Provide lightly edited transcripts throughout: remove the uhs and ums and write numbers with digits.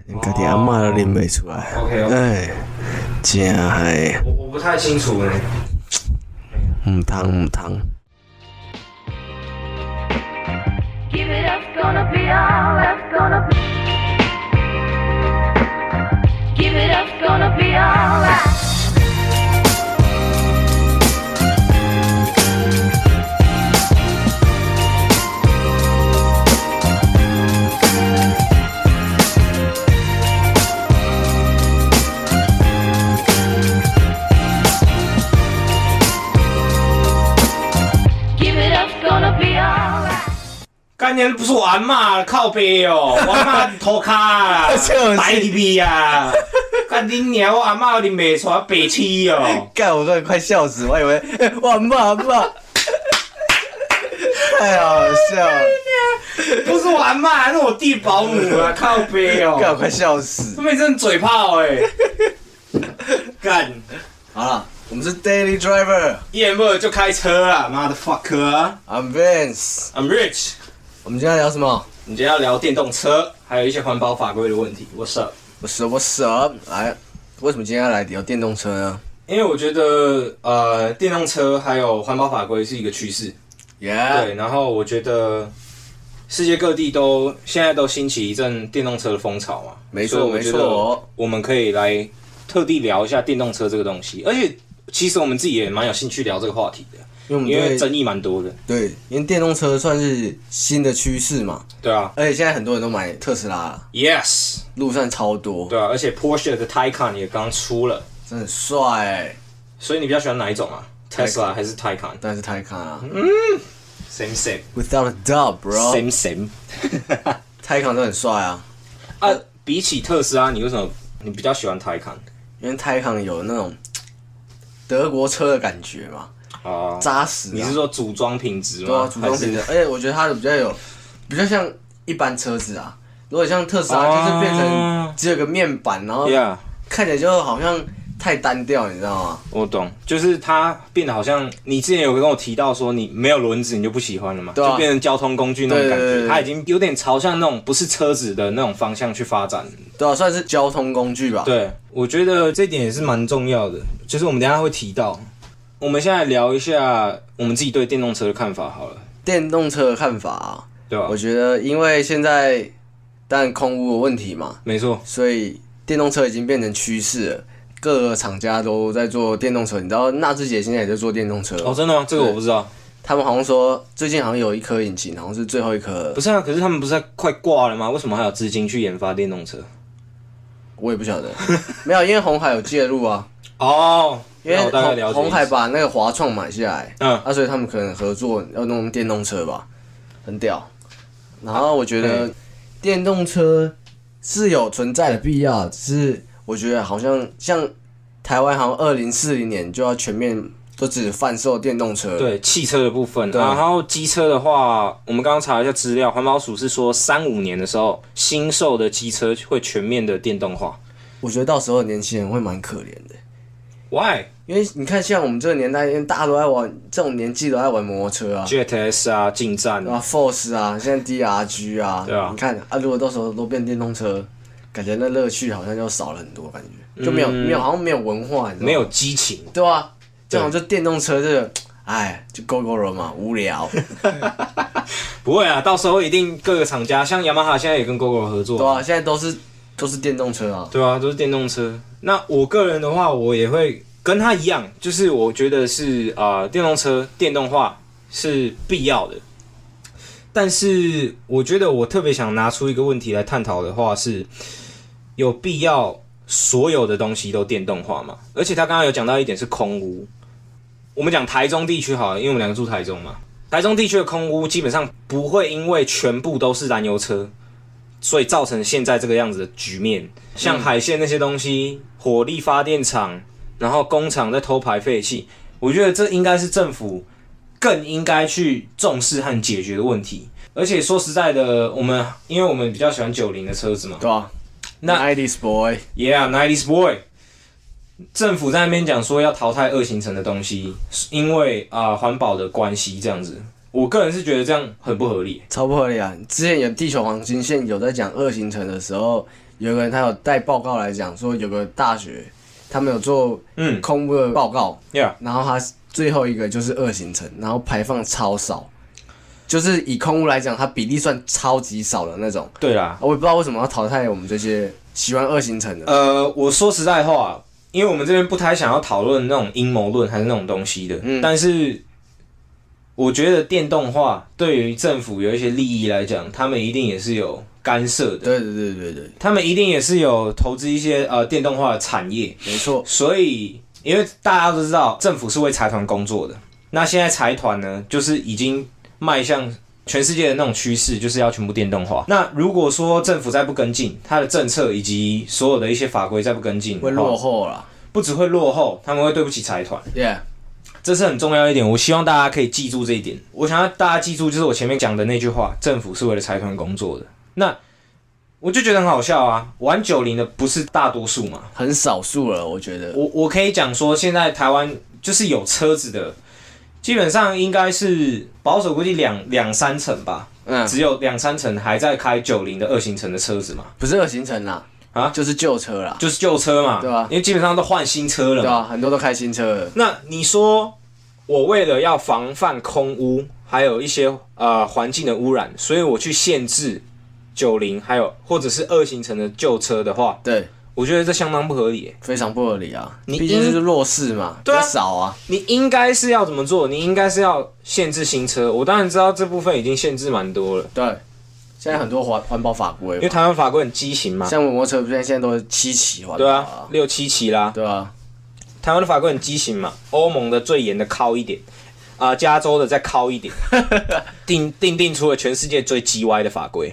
连家己阿嬷都啉袂出来。 OK， 哎，真嗨， 我不太清楚呢。 唔通。 Give it up, gonna be alright, gonna be. Give it up, gonna be alright. Give it up, gonna be alright. 干年不是我阿嬷靠背哦，我阿嬷涂骹啊，白入去啊！干恁娘，我阿嬷啉袂出来白痴哦！ 干，我都快笑死，我以为哇妈，太好笑了， 不是我阿嬷，是我弟保姆啊，靠背哦！ 干，我快笑死。 他们真的嘴炮哎！干， 好了，我们是 Daily Driver， 一言不合就开车啊，妈的 fuck I'm Vince。 I'm Rich。 我们今天要聊什么？ 我们今天要聊电动车，还有一些环保法规的问题。What's up？ 我舍来，为什么今天要来聊电动车呢？ 因为我觉得电动车还有环保法规是一个趋势。 Yeah， 对，然后我觉得世界各地现在都兴起一阵电动车的风潮嘛。 没错所以我觉得我们可以来特地聊一下电动车这个东西，而且其实我们自己也蛮有兴趣聊这个话题的，因为争议蛮多的。 对，因为电动车算是新的趋势嘛。 对啊， 而且现在很多人都买特斯拉 ，Yes， 路上超多。 对啊，而且 Porsche 的 Taycan 也刚出了， 真的很帅欸。 所以你比较喜欢哪一种啊 ？Tesla 还是 Taycan？ 当然是Taycan啊。 Same same Without a doubt, bro. same same。 Taycan 都很帅啊。 比起特斯拉，你为什么你比较喜欢 Taycan？ 因为Taycan有那种德国车的感觉嘛，扎实啊。 你是说组装品质吗？ 对啊，组装品质，而且我觉得它的比较像一般车子啊。如果像特斯拉，就是变成只有个面板，然后看起来就好像太单调，你知道吗？ 我懂，就是它变得好像你之前有跟我提到说你没有轮子你就不喜欢了嘛， 对啊， 就变成交通工具那种感觉， 对， 它已经有点朝向那种不是车子的那种方向去发展。 对啊，算是交通工具吧。 对，我觉得这点也是蛮重要的，就是我们等一下会提到。我们现在聊一下我们自己对电动车的看法好了。 电动车的看法啊， 对吧？ 我觉得因为现在当然空污的问题嘛， 没错， 所以电动车已经变成趋势了。各个厂家都在做电动车，你知道纳智捷现在也在做电动车哦，真的吗？这个我不知道。 他们好像说最近好像有一颗引擎，好像是最后一颗。 不是啊，可是他们不是快挂了吗？为什么还有资金去研发电动车？ 我也不晓得，没有，因为鸿海有介入啊。 哦， 因为我大概了解鸿海把那个华创买下来，所以他们可能合作要弄电动车吧，很屌。然后我觉得电动车是有存在的必要，只是我觉得好像台湾好像2040年就要全面都只贩售电动车。 对，汽车的部分，然后机车的话，我们刚刚查了一下资料，环保署是说35年的时候，新售的机车会全面的电动化。 我觉得到时候年轻人会蛮可怜的。 Why？ 因为你看，像我们这个年代，因为大家都在玩，这种年纪都在玩摩托车啊 ，Jet S 啊，进站啊 ，Force 啊，现在 DRG 啊， 对啊， 你看啊，如果到时候都变电动车，感觉那乐趣好像就少了很多，感觉就没有好像没有文化，你知道吗？ 没有激情， 对啊，就好像就电动车这个，哎，就够了嘛，无聊。 不会啊，到时候一定各个厂家，像雅马哈现在也跟 GoGo 合作， 对啊，现在都是电动车啊， 对啊，都是电动车。那我个人的话，我也会跟他一样，就是我觉得是电动车电动化是必要的。但是我觉得我特别想拿出一个问题来探讨的话是，有必要所有的东西都电动化吗？而且他刚刚有讲到一点是空污。我们讲台中地区好了，因为我们两个住台中嘛，台中地区的空污基本上不会因为全部都是燃油车，所以造成现在这个样子的局面。像海线那些东西，火力发电厂，然后工厂在偷排废气，我觉得这应该是政府更应该去重视和解决的问题。而且说实在的，因为我们比较喜欢90的车子嘛， 对啊，那 90s boy， 90s boy。政府在那边讲说要淘汰2行程的东西，因为环保的关系这样子，我个人是觉得这样很不合理， 超不合理啊！之前有地球黄金线有在讲2行程的时候， 有个人他有带报告来讲说，有个大学他们有做空污的报告，然后他最后一个就是2行程，然后排放超少，就是以空污来讲，它比例算超级少的那种。 对啦， 我也不知道为什么要淘汰我们这些喜欢2行程的。我说实在话，因为我们这边不太想要讨论那种阴谋论还是那种东西的，但是我觉得电动化对于政府有一些利益来讲，他们一定也是有干涉的。 对， 他们一定也是有投资一些电动化的产业。 没错。 所以，因为大家都知道政府是为财团工作的，那现在财团呢，就是已经迈向全世界的那种趋势，就是要全部电动化。那如果说政府再不跟进，它的政策以及所有的一些法规再不跟进， 会落后啦。 不只会落后，他们会对不起财团。 Yeah。 这是很重要一点，我希望大家可以记住这一点。我想要大家记住，就是我前面讲的那句话：政府是为了财团工作的。那我就觉得很好笑啊！玩90的不是大多数嘛， 很少数了，我觉得。 我可以讲说，现在台湾就是有车子的，基本上应该是保守估计两三成吧，只有2-3成还在开90的2行程的车子嘛， 不是2行程啦。就是旧车啦， 就是旧车嘛， 对吧？ 因为基本上都换新车了嘛， 对啊，很多都开新车了。 那你说，我为了要防范空污，还有一些环境的污染，所以我去限制90，还有或者是2行程的旧车的话， 对， 我觉得这相当不合理， 非常不合理啊！毕竟是弱势嘛，比较少啊。 你应该是要怎么做？你应该是要限制新车。我当然知道这部分已经限制蛮多了， 对。现在很多环保法规， 因为台湾法规很畸形嘛， 像摩托车现在都是7期环保， 对啊，6-7期啦， 对啊。 台湾的法规很畸形嘛，欧盟的最严的靠一点，加州的再靠一点，定出了全世界最鸡歪的法规。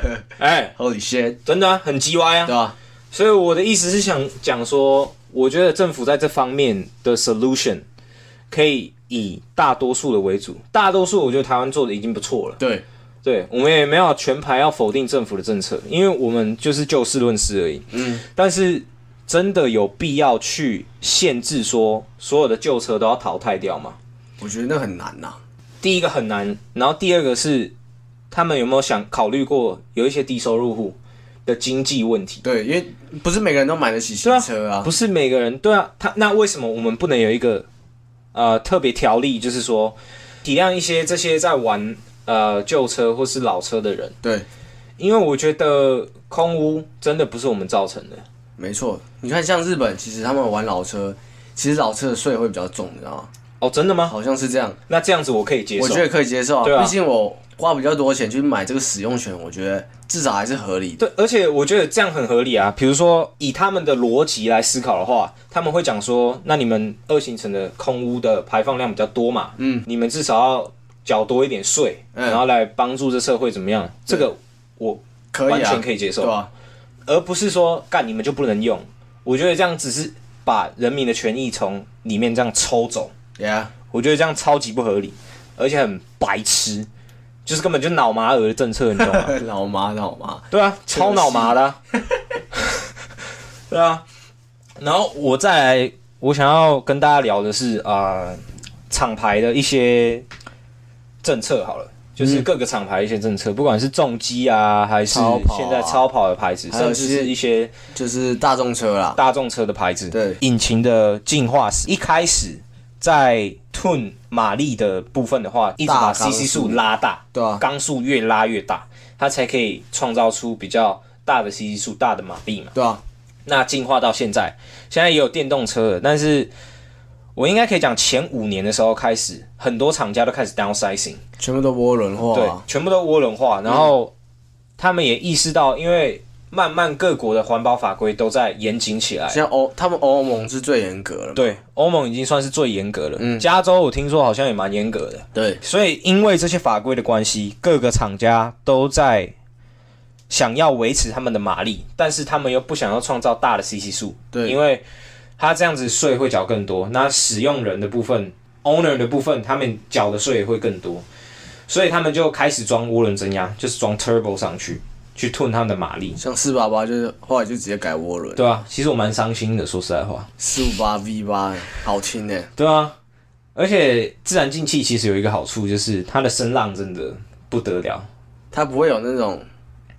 Holy shit， 真的很鸡歪啊， 对啊。 所以我的意思是想讲说，我觉得政府在这方面的 solution 可以以大多数的为主，大多数我觉得台湾做的已经不错了。对，我们也没有全盘要否定政府的政策，因为我们就是就事论事而已。但是真的有必要去限制说所有的旧车都要淘汰掉吗？ 我觉得那很难呐。 第一个很难，然后第二个是他们有没有考虑过有一些低收入户的经济问题？ 对，因为不是每个人都买得起新车啊。 不是每个人，对啊，那为什么我们不能有一个特别条例，就是说体谅一些这些在玩旧车或是老车的人？对，因为我觉得空污真的不是我们造成的。 没错，你看像日本，其实他们玩老车，其实老车的税会比较重，你知道吗？ 哦，真的吗？ 好像是这样。 那这样子我可以接受， 我觉得可以接受啊。 对啊， 毕竟我花比较多钱去买这个使用权，我觉得至少还是合理的。 对，而且我觉得这样很合理啊。比如说以他们的逻辑来思考的话，他们会讲说，那你们2行程的空污的排放量比较多嘛，你们至少要缴多一点税，然后来帮助这社会怎么样？这个我完全可以接受， 对啊， 而不是说干你们就不能用。我觉得这样只是把人民的权益从里面这样抽走，我觉得这样超级不合理，而且很白痴，就是根本就脑麻儿的政策，你知道吗？ 脑麻， 对啊，超脑麻的对啊。然后我再来，我想要跟大家聊的是厂牌的一些政策好了，就是各个厂牌一些政策，不管是重机啊，还是现在超跑的牌子，甚至是一些就是大众车啦， 大众车的牌子， 对， 引擎的进化史，一开始在 tune 马力的部分的话，一直把 CC 数拉大， 对啊， 缸数越拉越大，它才可以创造出比较大的 CC 数、大的马力嘛， 对啊。 那进化到现在也有电动车了，但是我应该可以讲，前5年的时候开始，很多厂家都开始 downsizing， 全部都涡轮化， 对，全部都涡轮化。然后他们也意识到，因为慢慢各国的环保法规都在严谨起来。 像他们欧盟是最严格了， 对，欧盟已经算是最严格了。加州我听说好像也蛮严格的。 对， 所以因为这些法规的关系，各个厂家都在想要维持他们的马力，但是他们又不想要创造大的 CC 数，对，因为他这样子税会缴更多，那使用人的部分 ，owner 的部分，他们缴的税也会更多，所以他们就开始装涡轮增压，就是装 turbo 上去 tune 他们的马力。 像488就是后来就直接改涡轮， 对啊，其实我蛮伤心的，说实在话。 458 V8 好听耶， 对啊，而且自然进气其实有一个好处，就是它的声浪真的不得了， 它不会有那种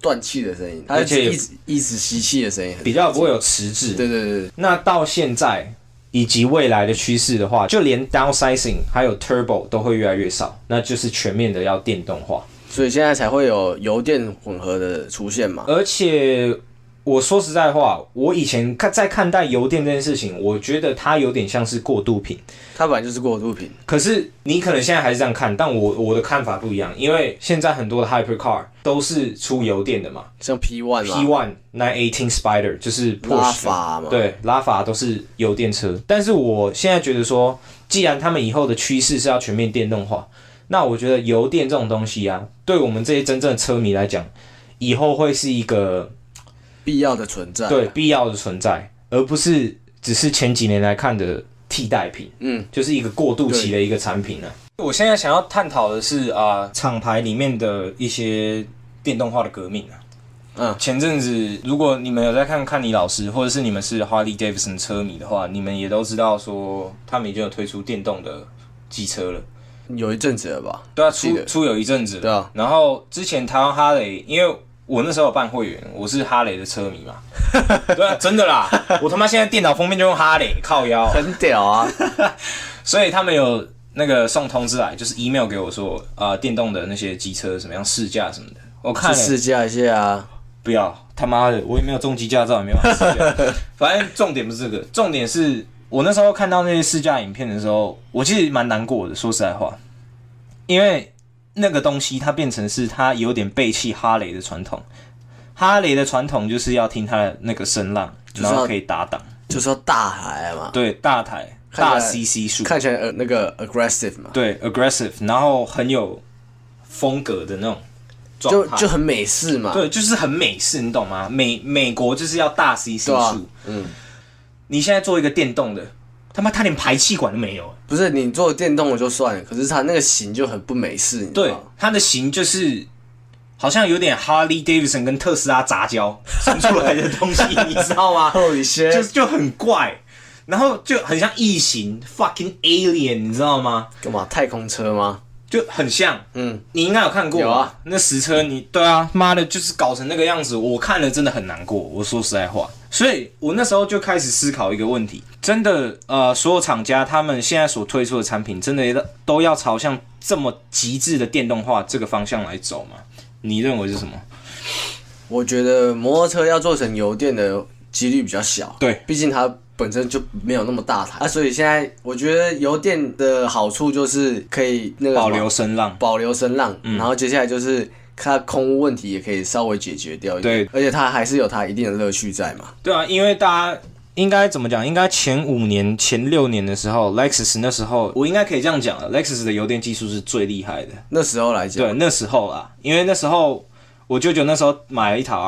断气的声音， 而且一直吸气的声音， 比较不会有迟滞。 对对对。 那到现在以及未来的趋势的话，就连 downsizing 还有 turbo 都会越来越少，那就是全面的要电动化。 所以现在才会有油电混合的出现嘛。 而且我说实在话，我以前在看待油电这件事情，我觉得它有点像是过渡品。 它本来就是过渡品。可是你可能现在还是这样看，但我的看法不一样，因为现在很多的 hypercar 都是出油电的嘛， 像 P1 嘛 ，P1 918 Spider 就是 Porsche 拉法嘛， 对，拉法都是油电车。但是我现在觉得说，既然他们以后的趋势是要全面电动化，那我觉得油电这种东西啊，对我们这些真正的车迷来讲，以后会是一个必要的存在， 对，必要的存在，而不是只是前几年来看的替代品，就是一个过渡期的一个产品啊。我现在想要探讨的是厂牌里面的一些电动化的革命啊。前阵子如果你们有在看尼老师，或者是你们是 Harley Davidson 车迷的话，你们也都知道说他们已经有推出电动的机车了。 有一阵子了吧？ 对啊，出有一阵子了。 对啊。 然后之前台湾哈雷，因为我那时候有办会员，我是哈雷的车迷嘛。对啊，真的啦，我他妈现在电脑封面就用哈雷，靠腰， 很屌啊。 所以他们有那个送通知来，就是 email 给我说，电动的那些机车怎么样试驾什么的。我看了试驾一下啊。 不要，他妈的，我也没有重机驾照，也没有试驾。反正重点不是这个，重点是。我那时候看到那些试驾影片的时候，我其实蛮难过的，说实在话，因为那个东西它变成是它有点背弃哈雷的传统。哈雷的传统就是要听它的那个声浪，然后可以打档， 就是要大台嘛。 对，大台大 CC 数， 看起来那个 aggressive 嘛。 对 aggressive， 然后很有风格的那种状态， 就很美式嘛。 对，就是很美式，你懂吗？美国就是要大 CC 数，你现在做一个电动的，他妈他连排气管都没有。 不是你做电动的就算了，可是他那个型就很不美式，你知道吗？ 对，他的型就是好像有点 Harley Davidson 跟特斯拉杂交生出来的东西，你知道吗？就很怪，然后就很像异形 fucking alien， 你知道吗？ 干嘛？太空车吗？ 就很像，你应该有看过，有啊，那实车对啊，妈的，就是搞成那个样子，我看了真的很难过，我说实在话，所以我那时候就开始思考一个问题，真的，所有厂家他们现在所推出的产品，真的都要朝向这么极致的电动化这个方向来走吗？你认为是什么？ 我觉得摩托车要做成油电的几率比较小， 对， 毕竟它本身就没有那么大台所以现在我觉得油电的好处就是可以那个保留声浪， 然后接下来就是它空污问题也可以稍微解决掉一点，对，而且它还是有它一定的乐趣在嘛。 对啊，因为大家应该怎么讲？应该前5年、前6年的时候 ，Lexus 那时候我应该可以这样讲了 ，Lexus 的油电技术是最厉害的。 那时候来讲， 对，那时候啦，因为那时候我舅舅那时候买了一台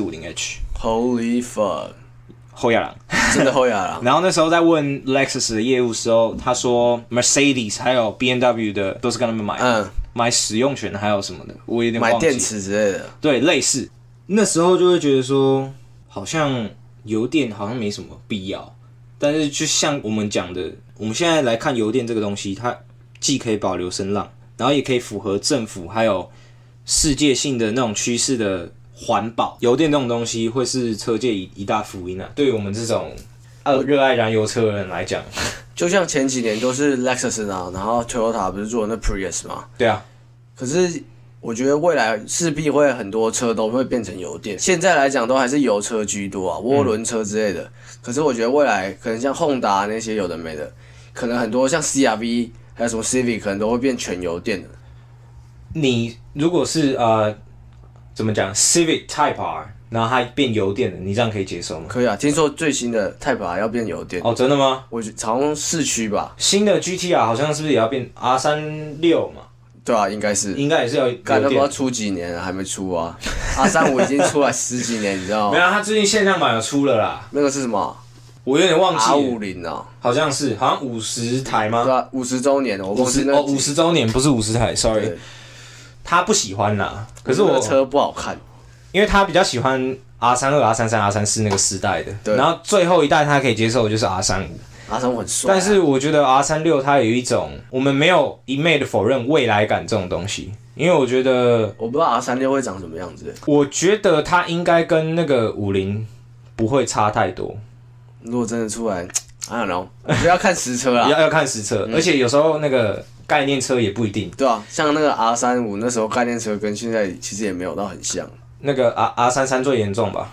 RX450H。Holy fuck！ 后亚郎， 真的后亚郎。 然后那时候在问 Lexus 的业务时候，他说 Mercedes 还有 B&W 的都是跟他们买，买使用权还有什么的，我有点忘记。 买电池之类的， 对，类似。那时候就会觉得说，好像油电好像没什么必要，但是就像我们讲的，我们现在来看油电这个东西，它既可以保留声浪，然后也可以符合政府还有世界性的那种趋势的。环保油电这种东西会是车界一大福音啊！对于我们这种热爱燃油车的人来讲， 就像前几年都是 Lexus 啊，然后 Toyota 不是做那 Prius 吗？ 对啊。 可是我觉得未来势必会很多车都会变成油电，现在来讲都还是油车居多啊，涡轮车之类的。可是我觉得未来可能像 Honda 那些有的没的，可能很多像 CR-V 还有什么 Civic 可能都会变全油电的。 你如果是怎么讲 Civic Type R， 然后它变油电的，你这样可以接受吗？ 可以啊，听说最新的 Type R 要变油电。 哦，真的吗？ 我好像市区吧。 新的 GTR 好像是不是也要变 R36嘛？ 对啊，应该也是要油电。干，都不知道出几年了，还没出啊。R35已经出来10几年，你知道吗？ 没有，它最近限量版有出了啦。 那个是什么？ 我有点忘记了。 R50哦， 好像50台吗？ 对啊，50周年的，我忘记那 50周年不是50台 ，sorry。他不喜欢啦，可是我车不好看， 因为他比较喜欢 R32、R33、R34那个时代的，然后最后一代他可以接受的就是 R35， R35很帅、 但是我觉得 R36 它有一种我们没有一昧的否认未来感这种东西，因为我觉得我不知道 R36会长什么样子。 我觉得它应该跟那个50不会差太多。 如果真的出来 ，I don't know， 我觉得要看实车啦， 要看实车，而且有时候那个概念车也不一定。 对啊，像那个 R35那时候概念车跟现在其实也没有到很像。 那个 R33最严重吧，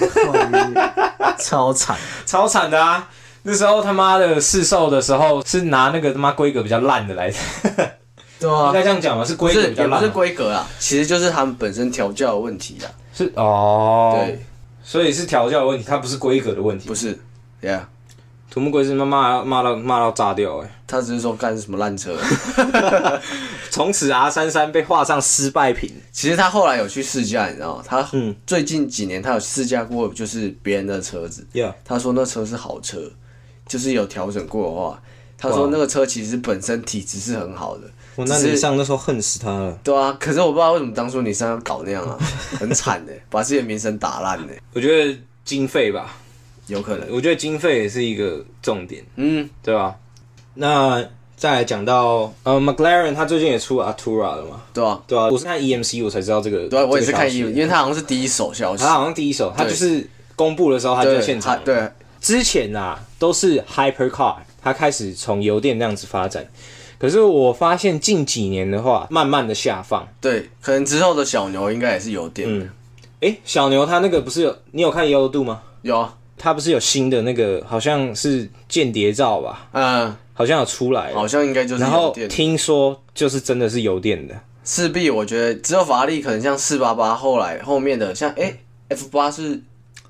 超惨， 超惨的啊！那时候他妈的试售的时候是拿那个他妈规格比较烂的来的， 对啊， 应该这样讲嘛，是规格比较烂， 不是规格啦，其实就是他们本身调教的问题啦。 是哦， 对， 所以是调教的问题，它不是规格的问题， 不是 ，Yeah。 土木龟是骂到炸掉哎、欸！ 他只是说干什么烂车， 从此 R33被画上失败品。 其实他后来有去试驾，你知道吗？他最近几年他有试驾过，就是别人的车子。 Yeah. 他说那车是好车，就是有调整过的话，他说那个车其实本身体质是很好的。 那你上那时候恨死他了。 对啊，可是我不知道为什么当初你上要搞那样啊，很惨的，把自己的名声打烂的。 我觉得经费吧。 有可能， 我觉得经费也是一个重点，对吧？那再来讲到McLaren， 他最近也出 Artura 了嘛， 对啊， 对啊，我是看 EMC 我才知道这个， 对啊，我也是看 EMC，因为他好像是第一手消息， 他好像第一手，他就是公布的时候他就在现场， 对， 之前啊都是 Hypercar， 他开始从油电那样子发展，可是我发现近几年的话，慢慢的下放， 对，可能之后的小牛应该也是油电的， 小牛他那个不是有你有看油度吗？ 有啊。 它不是有新的那个，好像是间谍照吧？好像有出来， 好像应该就是油电。 然后听说就是真的是油电的， 势必我觉得只有法拉利可能像488，后面的像F8是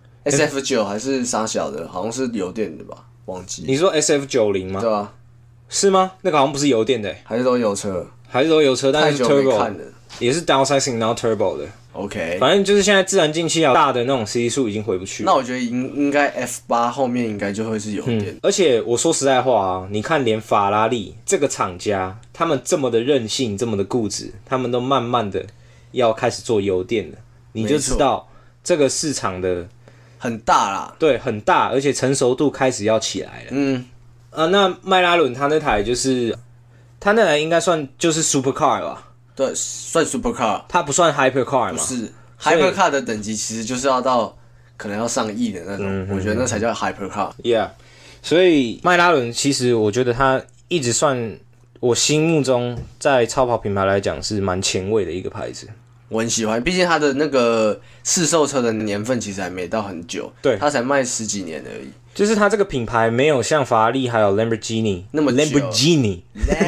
SF9 还是啥小的，好像是油电的吧？忘记。 你说 SF90 吗？ 对啊， 是吗？那个好像不是油电的， 还是都油车？ 还是都油车，但是 turbo 也是 downsizing 然后 turbo 的。 OK， 反正就是现在自然进气啊，大的那种 CC 数已经回不去了。 那我觉得应该 F8 后面应该就会是油电。 而且我说实在话啊，你看连法拉利这个厂家，他们这么的任性，这么的固执，他们都慢慢的要开始做油电了，你就知道这个市场的很大啦。 对，很大，而且成熟度开始要起来了。那迈拉伦他那台就是他那台应该算就是 supercar 吧。 对，算 supercar， 它不算 hypercar 嘛？ 不是 hypercar 的等级，其实就是要到可能要上亿的那种，我觉得那才叫 hypercar。 Yeah， 所以迈拉伦其实我觉得它一直算我心目中在超跑品牌来讲是蛮前卫的一个牌子。 我很喜欢，毕竟它的那个试售车的年份其实还没到很久， 对， 它才卖10几年而已。 就是它这个品牌没有像法拉利还有 Lamborghini 那么久 Lamborghini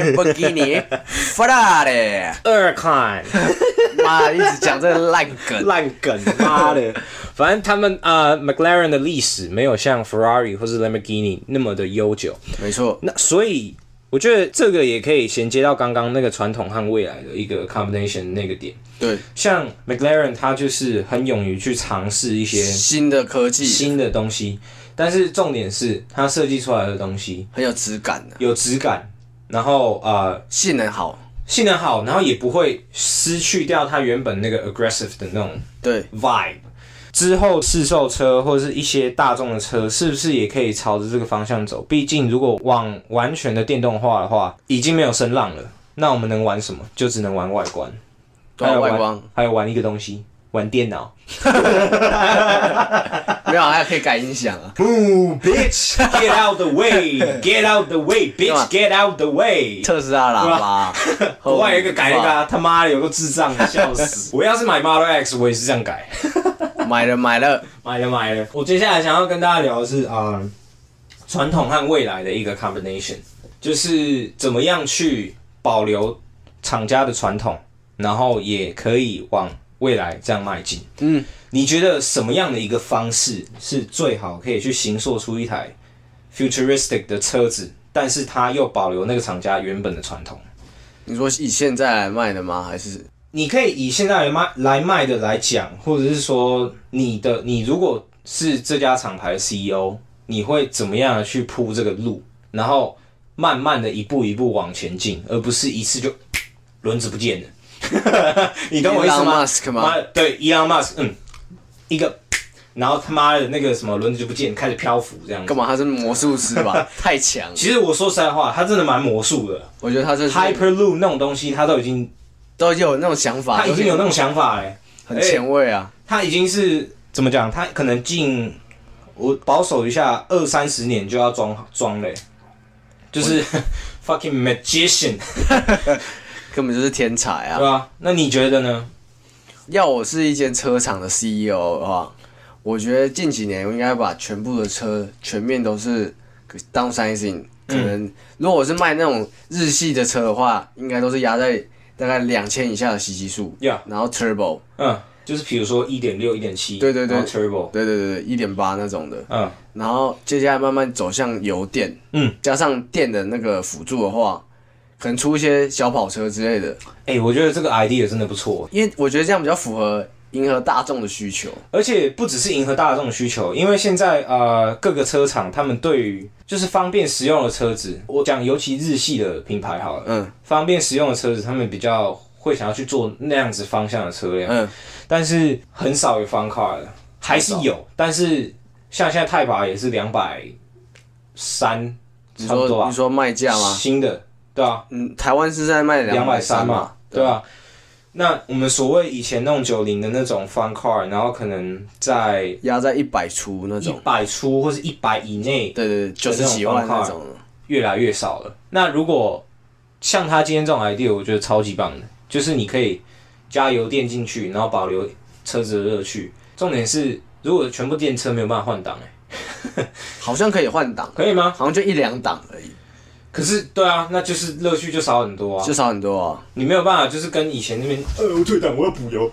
Ferrari 二看， 妈一直讲这个烂梗， 妈的，反正他们McLaren 的历史没有像 Ferrari 或是 Lamborghini 那么的悠久， 没错。 那所以我觉得这个也可以衔接到刚刚那个传统和未来的一个 combination 那个点。 对， 像 McLaren 它就是很勇于去尝试一些新的科技、 新的东西，但是重点是它设计出来的东西很有质感的， 有质感，然后性能好， 然后也不会失去掉它原本那个 aggressive 的那种对 vibe。之后市售车或者是一些大众的车，是不是也可以朝着这个方向走？毕竟如果往完全的电动化的话，已经没有声浪了，那我们能玩什么？就只能玩外观。 外观， 还有玩一个东西，玩电脑。 没有，还可以改音响啊。 Boom, bitch, get out the way, get out the way, bitch, get out the way。 特斯拉喇叭， 国外有一个改那个，他妈的有个智障，笑死！我要是买 Model X， 我也是这样改。 买了。 我接下来想要跟大家聊的是传统和未来的一个 combination， 就是怎么样去保留厂家的传统，然后也可以往未来这样迈进。你觉得什么样的一个方式是最好可以去形塑出一台 futuristic 的车子，但是它又保留那个厂家原本的传统？ 你说以现在来卖的吗？还是你可以以现在来卖的来讲，或者是说你如果是这家厂牌的 CEO， 你会怎么样的去铺这个路，然后慢慢的一步一步往前进，而不是一次就轮子不见了。你懂我意思吗？ Elon Musk 吗？ 对 ，Elon Musk，一个然后他妈的那个什么轮子就不见，开始漂浮这样子。 干嘛？他是魔术师吧？太强。 其实我说实在话，他真的蛮魔术的。 我觉得他这 Hyperloop 那种东西，他都有那种想法， 他已经有那种想法很前卫啊。 他已经是怎么讲？他可能我保守一下，20-30年就要装嘞，就是 fucking magician， 根本就是天才啊， 对吧？那你觉得呢？ 要我是一间车厂的 CEO 的话，我觉得近几年我应该把全部的车全面都是downsizing，可能如果我是卖那种日系的车的话，应该都是压在大概2000以下的吸气数，然后 turbo， 就是比如说1.6、1.7， 对 ，turbo， 对1.8那种的，然后接下来慢慢走向油电，加上电的那个辅助的话，可能出一些小跑车之类的。 我觉得这个 idea 真的不错， 因为我觉得这样比较符合迎合大众的需求， 而且不只是迎合大众的需求，因为现在各个车厂他们对于就是方便实用的车子，我讲尤其日系的品牌好了，方便实用的车子，他们比较会想要去做那样子方向的车辆，但是很少有fun car的，还是有，但是像现在泰拔也是230，差不多吧？ 你说卖价吗？ 新的，对啊， 台湾是在卖 230嘛，对吧？那我们所谓以前那种90的那种fun car，然后可能在压在100出那种 ，100出或是100以内， 对，90几万那种， 越来越少了。那如果像他今天这种 idea， 我觉得超级棒的，就是你可以加油电进去，然后保留车子的乐趣。重点是，如果全部电车没有办法换挡， 好像可以换挡， 可以吗？ 好像就1-2档而已。 可是，对啊，那就是乐趣就少很多啊， 就少很多啊。 你没有办法，就是跟以前那边，我退档，我要补油，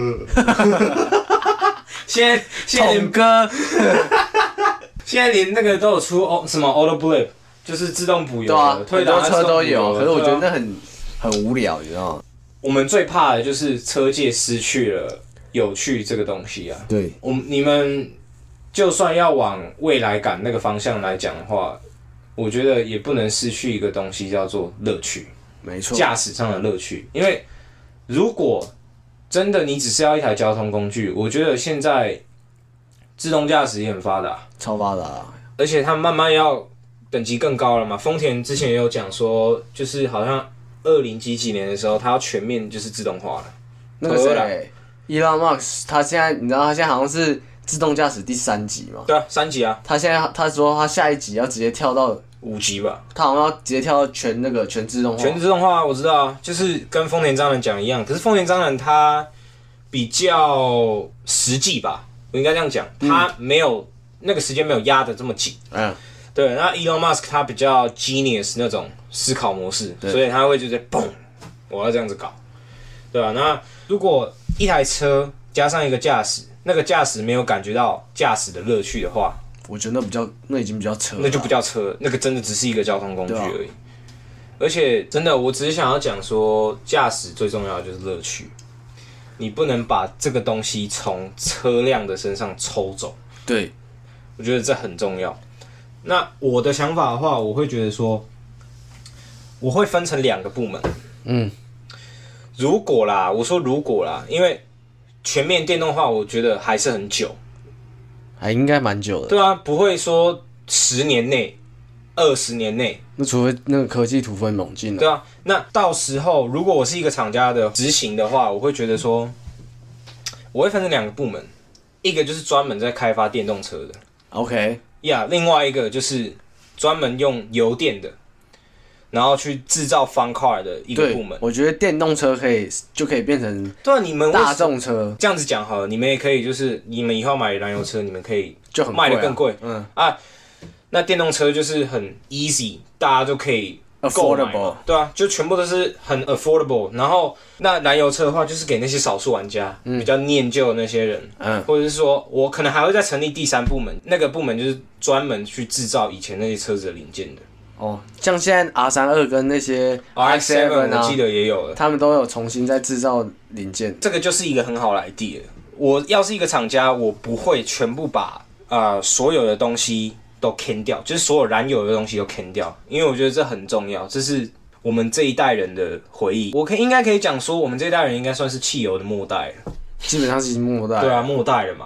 现在连哥， 现在连那个都有出什么 auto blip， 就是自动补油， 对啊， 退档很多车都有。可是我觉得那很无聊，你知道吗？ 我们最怕的就是车界失去了有趣这个东西啊。 对， 你们就算要往未来感那个方向来讲的话，我觉得也不能失去一个东西叫做乐趣， 没错， 驾驶上的乐趣。因为如果真的你只是要一台交通工具，我觉得现在自动驾驶也很发达， 超发达啊， 而且它慢慢要等级更高了嘛。丰田之前也有讲说，就是好像20几年的时候，它要全面就是自动化了。 那个谁，Elon Musk， 他现在你知道他现在好像是自动驾驶第3级嘛？ 对啊，3级啊。 他说他下一集要直接跳到 5级吧？ 他好像要直接跳到全自动化。 全自动化我知道啊，就是跟丰田章男讲一样。可是丰田章男他比较实际吧，我应该这样讲，他没有那个时间没有压得这么紧。对。那 Elon Musk 他比较 genius 那种思考模式，所以他会就是嘣，我要这样子搞，对吧？那如果一台车加上一个驾驶，那个驾驶没有感觉到驾驶的乐趣的话， 我觉得那已经比较车了， 那就不叫车，那个真的只是一个交通工具而已。而且真的，我只是想要讲说，驾驶最重要的就是乐趣，你不能把这个东西从车辆的身上抽走。 对， 我觉得这很重要。那我的想法的话，我会觉得说，我会分成2个部门。如果啦，我说如果啦，因为全面电动化，我觉得还是很久， 还应该蛮久的。 对啊，不会说10年内、20年内。 那除非那个科技突飞猛进了。 对啊，那到时候如果我是一个厂家的执行的话，我会觉得说，我会分成2个部门，一个就是专门在开发电动车的 ，OK， 呀，另外一个就是专门用油电的，然后去制造fun car的一个部门。 我觉得电动车就可以变成对啊，你们大众车这样子讲好了，你们也可以就是你们以后买燃油车，你们可以就很卖得更贵，那电动车就是很 easy， 大家就可以购买嘛，对啊，就全部都是很 affordable。然后那燃油车的话，就是给那些少数玩家，比较念旧的那些人，或者是说我可能还会再成立第3部门，那个部门就是专门去制造以前那些车子的零件的。 像现在 R32跟那些 RX-7 我记得也有了， 他们都有重新再制造零件。 这个就是一个很好的 idea。我要是一个厂家，我不会全部把所有的东西都 can 掉，就是所有燃油的东西都 can 掉，因为我觉得这很重要，这是我们这一代人的回忆。应该可以讲说，我们这一代人应该算是汽油的末代了， 基本上是末代。 对啊，末代了嘛。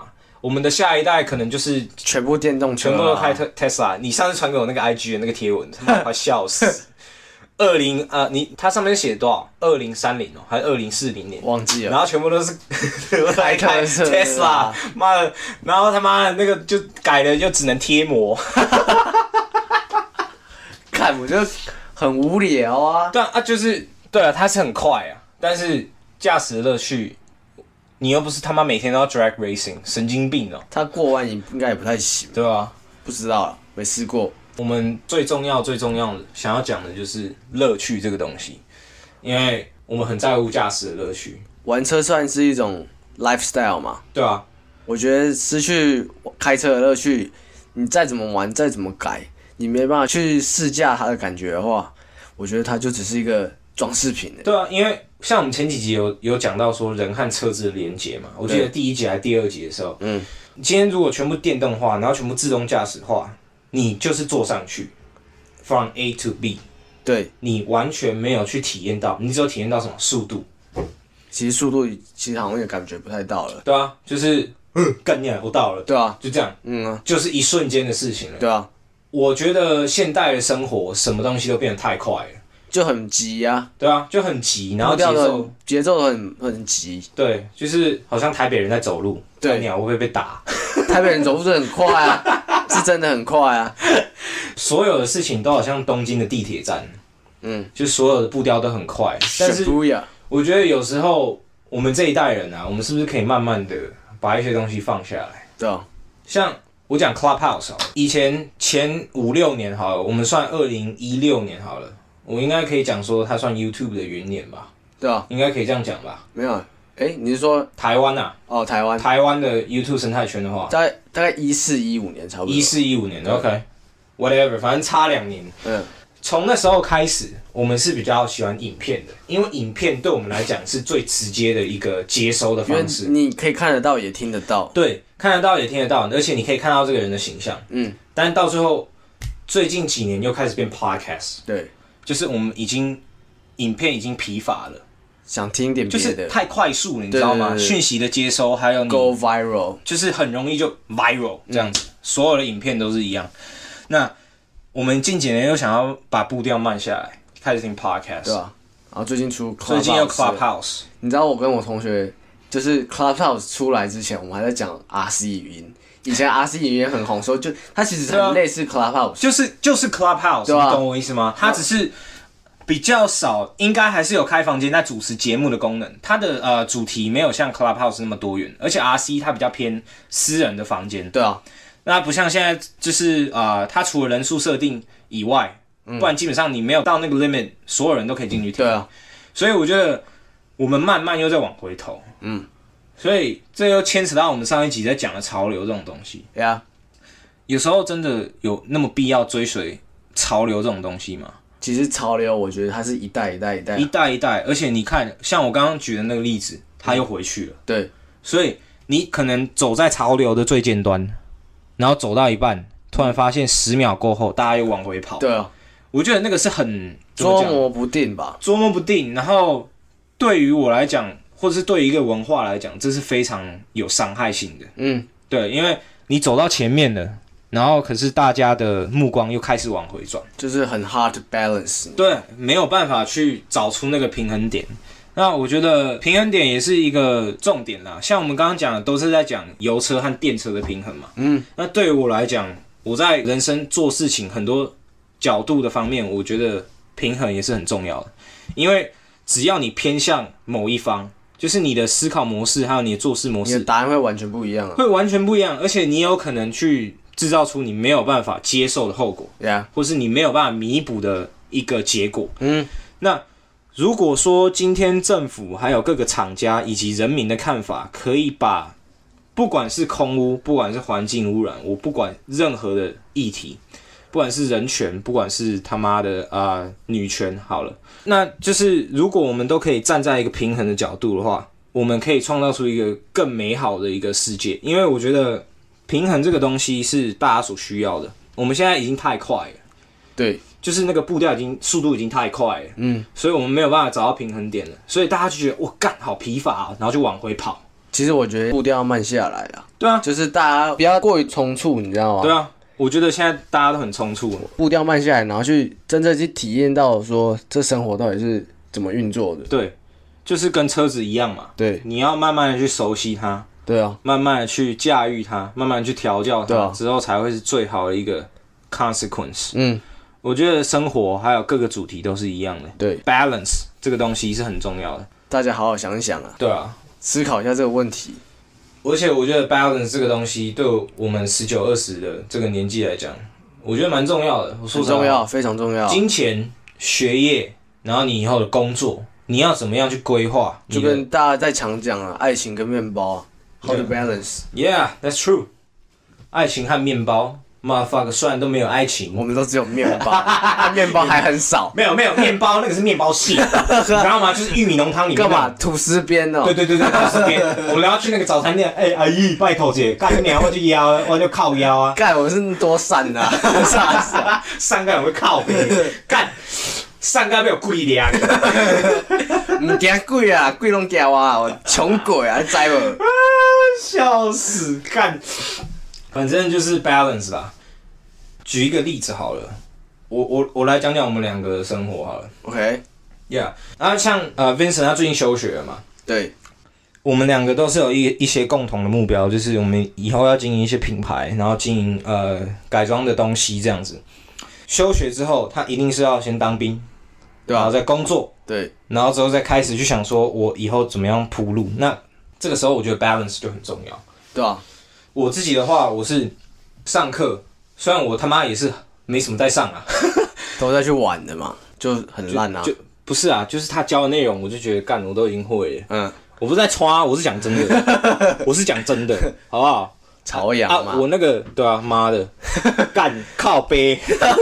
我们的下一代可能就是全部电动车、啊， 全部都开 Tesla。你上次传给我那个 IG 的那个贴文，他妈快笑死。它上面写多少？2030哦，还是2040年？ 忘记了。 然后全部都是开 Tesla， 妈的，然后他妈的那个就改了，就只能贴膜。 看，我就很无聊啊。 对啊，就是对啊，它是很快啊，但是驾驶乐趣，你又不是他妈每天都要 drag racing， 神经病哦。 它过弯应该也不太行， 对啊， 不知道了，没试过。 我们最重要的想要讲的就是乐趣这个东西，因为我们很在乎驾驶的乐趣。 玩车算是一种 lifestyle 嘛？ 对啊， 我觉得失去开车的乐趣，你再怎么玩，再怎么改，你没办法去试驾它的感觉的话，我觉得它就只是一个装饰品。 对啊，因为像我们前几集有讲到说人和车子的连结嘛，我记得第1集还是第2集的时候，今天如果全部电动化，然后全部自动驾驶化，你就是坐上去 ，from A to B， 对， 你完全没有去体验到，你只有体验到什么速度？ 其实速度其实好像也感觉不太到了。 对啊，就是干你我到了， 对啊， 就这样，就是一瞬间的事情了。 对啊， 我觉得现代的生活什么东西都变得太快了， 就很急啊。 对啊，就很急，然后节奏很急。 对，就是好像台北人在走路， 对， 鸟会不会被打？ 台北人走路是很快啊，是真的很快啊。 所有的事情都好像东京的地铁站，就所有的步调都很快。但是我觉得有时候我们这一代人啊，我们是不是可以慢慢的把一些东西放下来？ 对啊， 像我讲 Clubhouse 好了，以前前5-6年好了，我们算2016年好了，我应该可以讲说它算 YouTube 的元年吧？ 对啊， 应该可以这样讲吧？ 没有，你是说台湾啊？ 哦，台湾的 YouTube 生态圈的话， 大概14-15年差不多。 14-15年 ，OK，whatever， 反正差2年。从那时候开始，我们是比较喜欢影片的，因为影片对我们来讲是最直接的一个接收的方式。 你可以看得到，也听得到。 对，看得到也听得到，而且你可以看到这个人的形象。但到最后，最近几年又开始变 podcast。 对， 就是我们影片已经疲乏了， 想听点别的， 就是太快速了，你知道吗？讯息的接收还有你 go viral， 就是很容易就 viral 这样子，所有的影片都是一样。那我们近几年又想要把步调慢下来，开始听 podcast， 对吧？然后最近有 Clubhouse， 你知道我跟我同学就是 Clubhouse 出来之前，我们还在讲 RC 语音。以前 RC 语音很红，所以就它其实很类似 Clubhouse， 就是 Clubhouse， 你懂我意思吗？它只是比较少，应该还是有开房间在主持节目的功能。它的主题没有像 Clubhouse 那么多元，而且 RC 它比较偏私人的房间。 对啊。 那不像现在，就是它除了人数设定以外，不然基本上你没有到那个 limit， 所有人都可以进去听。 对啊， 所以我觉得我们慢慢又在往回头。所以这又牵扯到我们上一集在讲的潮流这种东西。 对啊， 有时候真的有那么必要追随潮流这种东西吗？ 其实潮流，我觉得它是一代， 而且你看，像我刚刚举的那个例子，它又回去了。 对， 所以你可能走在潮流的最尖端。然后走到一半，突然发现10秒过后，大家又往回跑。 对啊， 我觉得那个是很捉摸不定吧， 捉摸不定。然后对于我来讲，或者是对于一个文化来讲，这是非常有伤害性的。对，因为你走到前面了，然后可是大家的目光又开始往回转， 就是很 hard to balance。 对，没有办法去找出那个平衡点。那我觉得平衡点也是一个重点啦，像我们刚刚讲的都是在讲油车和电车的平衡嘛。那对于我来讲，我在人生做事情很多角度的方面，我觉得平衡也是很重要的。因为只要你偏向某一方，就是你的思考模式还有你的做事模式， 你的答案会完全不一样啊， 会完全不一样，而且你有可能去制造出你没有办法接受的后果，或是你没有办法弥补的一个结果。那如果说今天政府还有各个厂家以及人民的看法，可以把不管是空污，不管是环境污染，我不管任何的议题，不管是人权，不管是他妈的女权，好了，那就是如果我们都可以站在一个平衡的角度的话，我们可以创造出一个更美好的一个世界。因为我觉得平衡这个东西是大家所需要的。我们现在已经太快了， 对。 就是那个步调速度已经太快了，所以我们没有办法找到平衡点了，所以大家就觉得哇干好疲乏啊，然后就往回跑， 其实我觉得步调要慢下来啊。 对啊， 就是大家不要过于冲突，你知道吗？ 对啊，我觉得现在大家都很冲突， 步调慢下来，然后去真正去体验到说这生活到底是怎么运作的。 对，就是跟车子一样嘛。 对， 你要慢慢的去熟悉它。 对啊， 慢慢的去驾驭它，慢慢地去调教它， 啊， 之后才会是最好的一个 consequence。 嗯， 我觉得生活还有各个主题都是一样的。 对 ，balance 这个东西是很重要的。 大家好好想一想啊。 对啊， 思考一下这个问题。 而且我觉得 balance 这个东西对我们19、20的这个年纪来讲，我觉得蛮重要的。我说很重要，非常重要。 金钱、学业，然后你以后的工作，你要怎么样去规划？ 就跟大家在常讲啊，爱情跟面包啊 ，how to balance。 Yeah, that's true。爱情和面包 ，motherfucker， 虽然都没有爱情， 我们都只有面包，面包还很少。 没有面包，那个是面包馅，你知道吗？就是玉米浓汤里面干嘛？吐司边哦。 对，吐司边。我们要去那个早餐店，阿姨拜托姐，干你娘，我去腰，我就靠腰啊。 干，我是多善啊，啥？ 善干我会靠背，干。善干被我贵俩， 唔惊贵啊，贵拢惊我啊，我穷鬼啊，你知无？ 笑死，干。反正就是 balance 啦。举一个例子好了，我来讲讲我们两个的生活好了。 OK。Yeah。 然后像Vincent 他最近休学了嘛。 对。 我们两个都是有一些共同的目标，就是我们以后要经营一些品牌，然后经营改装的东西这样子。休学之后，他一定是要先当兵， 对啊， 然后再工作， 对， 然后之后再开始去想说我以后怎么样铺路。那这个时候我觉得 balance 就很重要， 对啊。 我自己的话，我是上课，虽然我他妈也是没什么在上啊， 都在去玩的嘛，就很烂啊。 就不是啊，就是他教的内容，我就觉得干我都已经会了。嗯，我不是在夸，我是讲真的，我是讲真的，好不好？ 朝阳嘛， 我那个对啊，妈的，干靠背，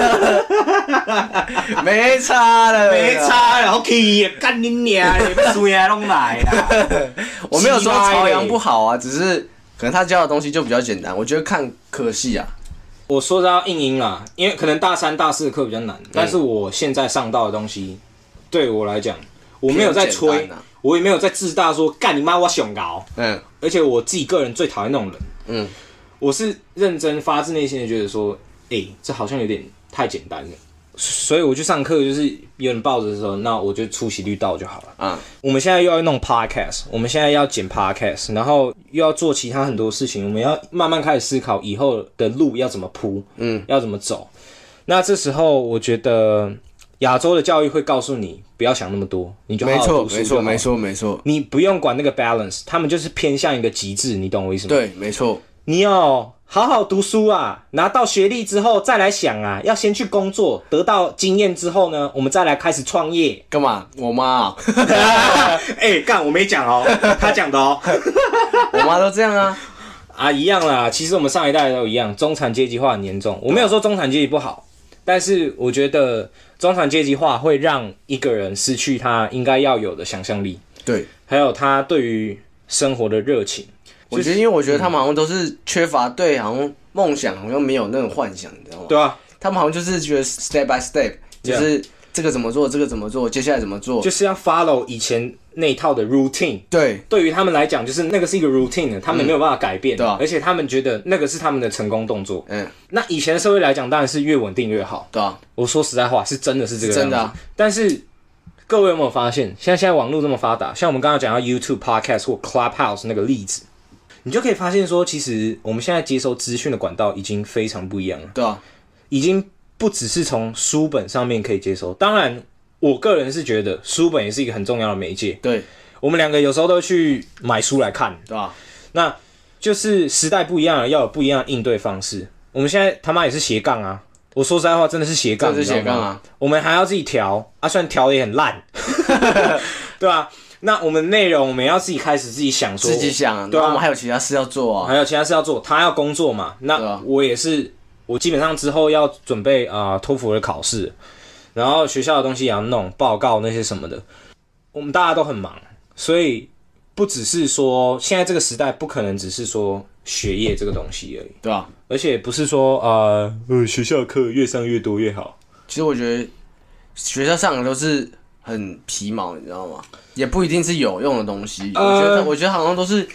没差了， 没差了，好气，干你娘，你们输呀拢来啦。 我没有说朝阳不好啊，只是可能他教的东西就比较简单，我觉得看科系啊。 我说是要硬音啦，因为可能大3、大4的课比较难，但是我现在上到的东西，对我来讲，我没有在吹，我也没有在自大说干你妈我想搞，而且我自己个人最讨厌那种人，我是认真发自内心的觉得说，这好像有点太简单了，所以我去上课就是有人抱着的时候，那我就出席率到就好了。我们现在又要弄 podcast， 我们现在要剪 podcast， 然后又要做其他很多事情，我们要慢慢开始思考以后的路要怎么铺，要怎么走。那这时候我觉得亚洲的教育会告诉你不要想那么多，你就好好读书就好。 没错， 你不用管那个 balance， 他们就是偏向一个极致，你懂我意思吗？ 对，没错。 你要好好读书啊，拿到学历之后再来想啊，要先去工作，得到经验之后呢，我们再来开始创业。 干嘛？我妈啊？ 干我没讲哦，他讲的哦。 我妈都这样啊。 一样啦。其实我们上一代都一样，中产阶级化很严重。我没有说中产阶级不好，但是我觉得中产阶级化会让一个人失去他应该要有的想象力， 对， 还有他对于生活的热情。 我觉得，因为我觉得他们好像都是缺乏对，好像梦想好像没有那种幻想，你知道吗？ 对啊， 他们好像就是觉得 step by step， 就是这个怎么做，这个怎么做，接下来怎么做， 就是要 follow 以前那一套的 routine。 对， 对于他们来讲，就是那个是一个 routine， 他们没有办法改变， 对啊， 而且他们觉得那个是他们的成功动作。那以前的社会来讲，当然是越稳定越好。 对啊， 我说实在话，是真的是这个样子。 真的啊， 但是各位有没有发现，现在网络这么发达，像我们刚刚讲到 YouTube、Podcast 或 Clubhouse 那个例子。你就可以发现说，其实我们现在接收资讯的管道已经非常不一样了。 对啊， 已经不只是从书本上面可以接收。当然，我个人是觉得书本也是一个很重要的媒介。 对， 我们两个有时候都去买书来看， 对啊。 那就是时代不一样了，要有不一样的应对方式。我们现在他妈也是斜杠啊！我说实在话，真的是斜杠， 真的是斜杠啊！ 我们还要自己调啊，虽然调的也很烂，对吧？那我们内容我们要自己开始自己想说， 自己想，对啊，我们还有其他事要做啊， 还有其他事要做，他要工作嘛，那我也是，我基本上之后要准备托福的考试，然后学校的东西也要弄，报告那些什么的，我们大家都很忙，所以不只是说现在这个时代不可能只是说学业这个东西而已， 对啊， 而且不是说学校课越上越多越好， 其实我觉得学校上的都是很皮毛，你知道吗？也不一定是有用的东西。我觉得好像都是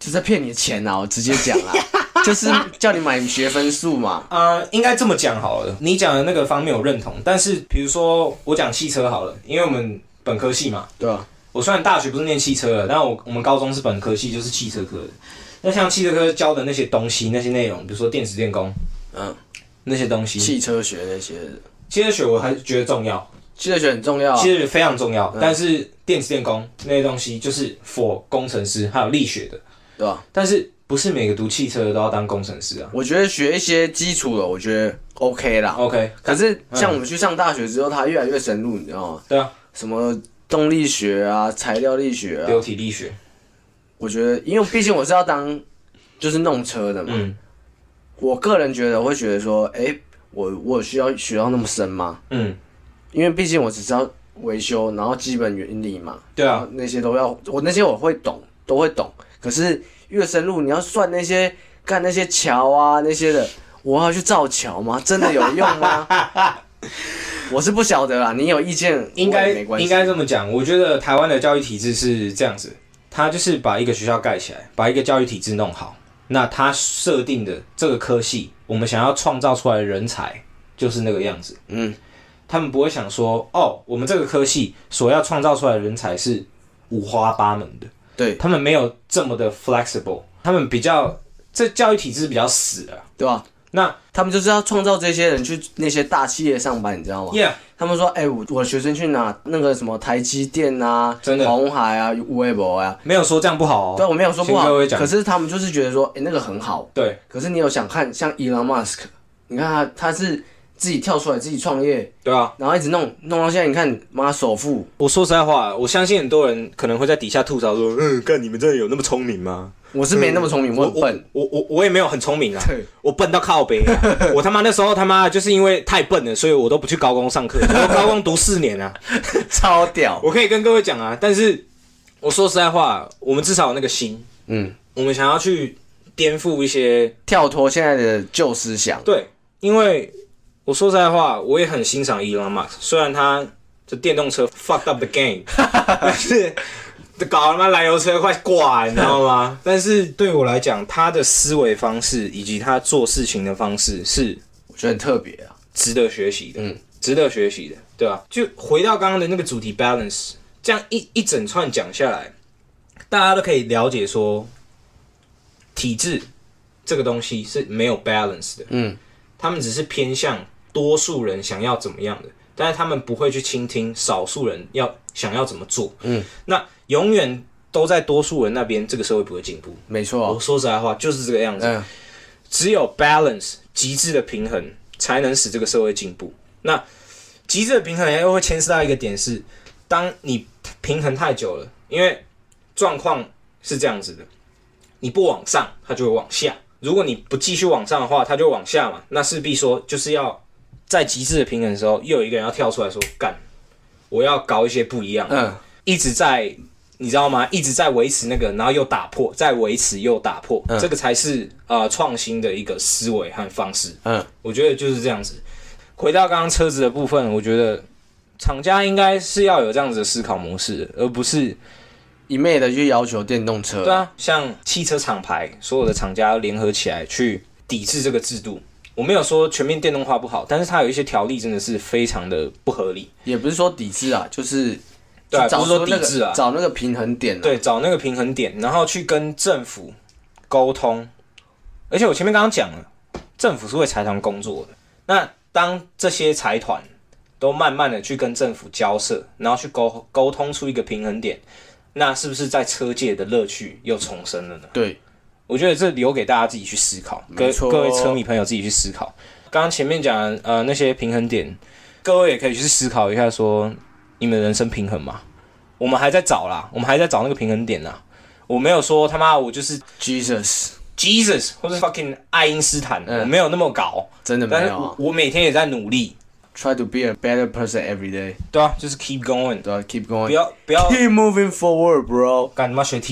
就在骗你的钱啊！我直接讲啊，就是叫你买学分数嘛。 应该这么讲好了。你讲的那个方面我认同，但是比如说我讲汽车好了，因为我们本科系嘛， 对啊。 我虽然大学不是念汽车的，但我们高中是本科系，就是汽车科的。那像汽车科教的那些东西、那些内容，比如说电子电工，那些东西， 汽车学那些， 汽车学我还觉得重要， 汽车学很重要， 汽车学非常重要。但是电子电工那些东西就是 for 工程师还有力学的， 对吧？ 但是不是每个读汽车的都要当工程师啊？ 我觉得学一些基础的，我觉得 OK 啦。 OK， 可是像我们去上大学之后，它越来越深入，你知道吗？ 对啊， 什么动力学啊、材料力学啊、 流体力学。 我觉得，因为毕竟我是要当就是弄车的嘛，我个人觉得我会觉得说，我需要学到那么深吗？因为毕竟我只是要维修，然后基本原理嘛， 对啊， 那些都要，那些我会懂，都会懂。可是越深入，你要算那些干那些桥啊那些的，我要去造桥吗？真的有用吗？我是不晓得啦，你有意见应该没关系。 应该这么讲，我觉得台湾的教育体制是这样子，它就是把一个学校盖起来，把一个教育体制弄好。那它设定的这个科系，我们想要创造出来的人才就是那个样子。他们不会想说，我们这个科系所要创造出来的人才是五花八门的。 对， 他们没有这么的 flexible， 他们比较这教育体制比较死了， 对吧？ 那他们就是要创造这些人去那些大企业上班，你知道吗 ？Yeah， 他们说，我的学生去拿那个什么台积电啊、 真的鸿海啊、微博啊， 没有说这样不好哦。 对，我没有说不好， 先各位讲可是他们就是觉得说，那个很好。 对， 可是你有想看像 Elon Musk， 你看他是自己跳出来自己创业， 对啊， 然后一直弄到现在，你看妈首富。 我说实在话，我相信很多人可能会在底下吐槽说，干你们真的有那么聪明吗？ 我是没那么聪明，我很笨。 我也没有很聪明啊， 对， 我笨到靠北啊！我他妈那时候他妈就是因为太笨了，所以我都不去高工上课，我高工读4年啊， 超屌。 我可以跟各位讲啊，但是我说实在话，我们至少有那个心，我们想要去颠覆一些跳脱现在的旧思想。 对，因为我说实在话，我也很欣赏 Elon Musk， 虽然他这电动车 fucked up the game， 但是搞他妈燃油车快挂，你知道吗？但是对我来讲，他的思维方式以及他做事情的方式是我觉得很特别啊， 值得学习的，值得学习的，对吧？就回到刚刚的那个主题 balance， 这样一整串讲下来，大家都可以了解说，体制这个东西是没有 balance 的，他们只是偏向多数人想要怎么样的，但是他们不会去倾听少数人想要怎么做，那永远都在多数人那边，这个社会不会进步。 没错， 我说实在话就是这个样子，只有 balance 极致的平衡，才能使这个社会进步。那极致的平衡又会牵涉到一个点是，当你平衡太久了，因为状况是这样子的，你不往上，它就会往下；如果你不继续往上的话，它就会往下嘛。那势必说就是要在极致的平衡的时候，又有一个人要跳出来说：“干，我要搞一些不一样。”一直在。你知道吗？一直在维持那个，然后又打破，再维持又打破，这个才是创新的一个思维和方式。我觉得就是这样子。回到刚刚车子的部分，我觉得厂家应该是要有这样子的思考模式，而不是一昧的去要求电动车。 对啊，像汽车厂牌，所有的厂家联合起来去抵制这个制度。我没有说全面电动化不好，但是它有一些条例真的是非常的不合理。 也不是说抵制啊，就是对啊，不是说抵制啊， 找那个平衡点。 对，找那个平衡点，然后去跟政府沟通。而且我前面刚刚讲了，政府是为财团工作的。那当这些财团都慢慢的去跟政府交涉，然后去沟通出一个平衡点，那是不是在车界的乐趣又重生了呢？ 对， 我觉得这留给大家自己去思考，各位车迷朋友自己去思考。刚刚前面讲那些平衡点，各位也可以去思考一下说。你们的人生平衡嘛？我们还在找啦，我们还在找那个平衡点啦。我没有说他妈我就是 Jesus 或者 fucking 爱因斯坦，我没有那么搞， 真的没有。 但是我每天也在努力 ，try to be a better person every day。 对啊，就是 keep going， 对啊 ，keep going， 不要 keep moving forward, bro。 干他妈学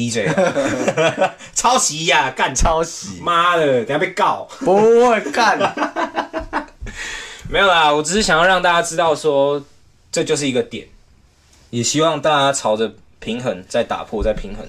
TJ， 抄袭呀，干抄袭， 妈的，等下被告。 不会干， 没有啦，我只是想要让大家知道说，这就是一个点。也希望大家朝着平衡再打破，再平衡，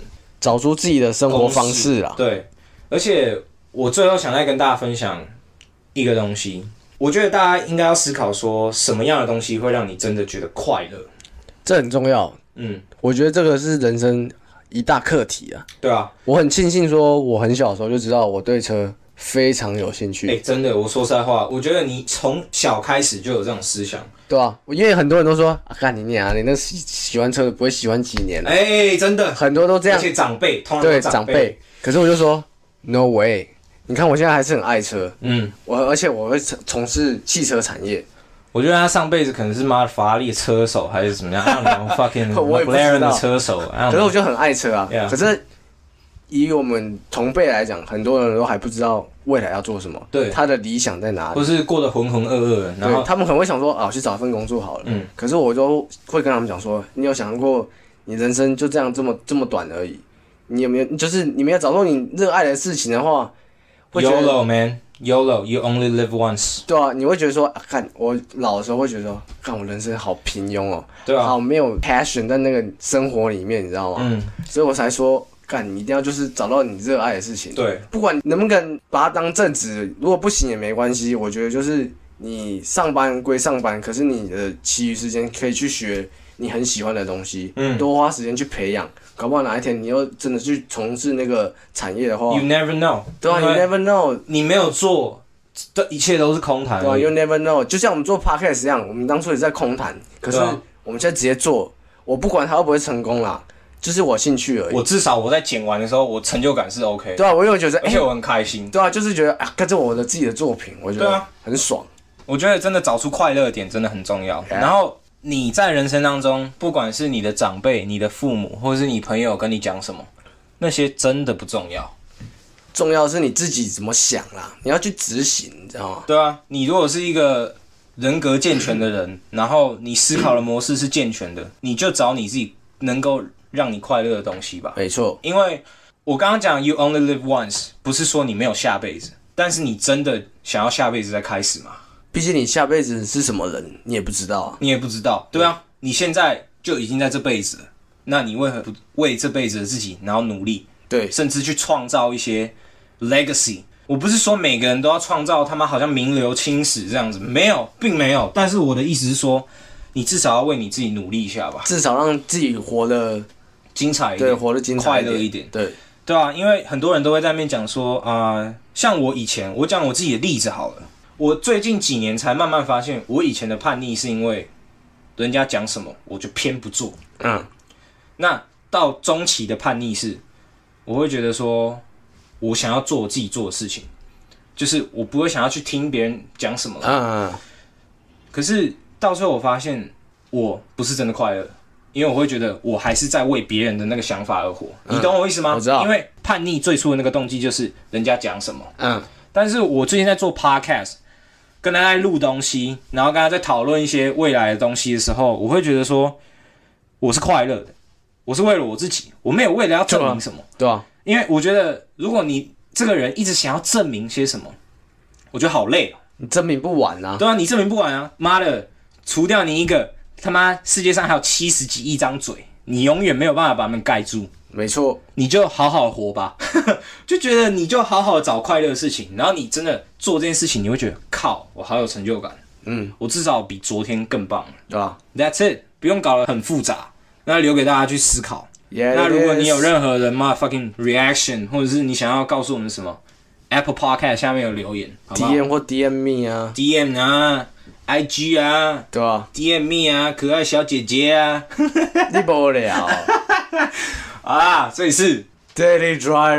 找出自己的生活方式啦。 对，而且我最后想再跟大家分享一个东西，我觉得大家应该要思考说，什么样的东西会让你真的觉得快乐？ 这很重要。我觉得这个是人生一大课题啊。 对啊， 我很庆幸说，我很小的时候就知道我对车非常有兴趣。 真的，我说实在话，我觉得你从小开始就有这种思想。 对啊，因为很多人都说啊，干你娘，你那喜欢车不会喜欢几年了。 真的， 很多都这样。 而且长辈，通常对长辈。 可是我就说 ，No way。你看我现在还是很爱车，而且我会从事汽车产业。 我觉得他上辈子可能是妈的法拉利车手还是怎么样，I don't know fucking McLaren 的车手。 可是我就很爱车啊。 Yeah. 可是以我们同辈来讲，很多人都还不知道未来要做什么， 对， 他的理想在哪里， 或是过得浑浑噩噩的，然后他们可能会想说啊，我去找份工作好了。可是我就会跟他们讲说，你有想过你人生就这样这么短而已？你有没有就是你没有找到你热爱的事情的话，会觉得 YOLO man。YOLO, you only live once。 对啊，你会觉得说，看我老的时候会觉得说，看我人生好平庸哦， 对啊， 好没有 passion 在那个生活里面，你知道吗？所以我才说，干你一定要就是找到你热爱的事情。 对， 不管能不能把它当正职，如果不行也没关系。我觉得就是你上班归上班，可是你的其余时间可以去学你很喜欢的东西，多花时间去培养。搞不好哪一天你又真的去从事那个产业的话 ，You never know。 对啊 ，You never know。 你没有做，这一切都是空谈。 对啊 ，You never know。就像我们做 podcast 一样，我们当初也在空谈，可是我们现在直接做，我不管它会不会成功啦，就是我兴趣而已。 我至少我在剪完的时候，我成就感是 OK。 对啊，我有觉得， 而且我很开心。 对啊，就是觉得啊，跟着我的自己的作品，我觉得很爽。 我觉得真的找出快乐的点真的很重要。然后你在人生当中，不管是你的长辈、你的父母，或者是你朋友跟你讲什么，那些真的不重要。 重要的是你自己怎么想啦，你要去执行，你知道吗？ 对啊，你如果是一个人格健全的人，然后你思考的模式是健全的，你就找你自己能够让你快乐的东西吧。 没错， 因为我刚刚讲 You only live once， 不是说你没有下辈子，但是你真的想要下辈子再开始吗？ 毕竟你下辈子是什么人，你也不知道啊。 你也不知道，对啊，你现在就已经在这辈子了，那你为何不为这辈子的自己然后努力？ 对， 甚至去创造一些 legacy。我不是说每个人都要创造他妈好像名留青史这样子，没有，并没有。但是我的意思是说，你至少要为你自己努力一下吧， 至少让自己活得精彩一点， 对，活得精彩快乐一点， 对， 对啊，因为很多人都会在那边讲说像我以前，我讲我自己的例子好了。我最近几年才慢慢发现，我以前的叛逆是因为人家讲什么我就偏不做。那到中期的叛逆是，我会觉得说，我想要做我自己做的事情，就是我不会想要去听别人讲什么。可是到最后我发现，我不是真的快乐，因为我会觉得我还是在为别人的那个想法而活。你懂我意思吗？ 我知道。 因为叛逆最初的那个动机就是人家讲什么。但是我最近在做 podcast。跟大家在录东西，然后跟大家在讨论一些未来的东西的时候，我会觉得说，我是快乐的，我是为了我自己，我没有为了要证明什么， 对啊， 因为我觉得如果你这个人一直想要证明些什么，我觉得好累哦， 你证明不完啊， 对啊，你证明不完啊，妈的，除掉你一个，他妈世界上还有70几亿张嘴，你永远没有办法把他们盖住。 没错， 你就好好活吧，就觉得你就好好找快乐的事情，然后你真的做这件事情，你会觉得靠，我好有成就感，我至少比昨天更棒， 对吧 ？That's it， 不用搞得很复杂，那留给大家去思考。 Yeah, 那如果你有任何的fucking reaction， 或者是你想要告诉我们什么 ，Apple Podcast 下面有留言好不好 ，DM 或 DM me 啊 ，DM 啊 ，IG 啊， 对吧 ？DM me 啊，可爱小姐姐啊， 你不了。 这里是 Daily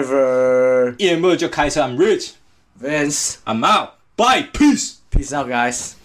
Driver， 一言不合就开车 ，I'm Rich，I'm I'm out，Bye， Peace，Peace out guys。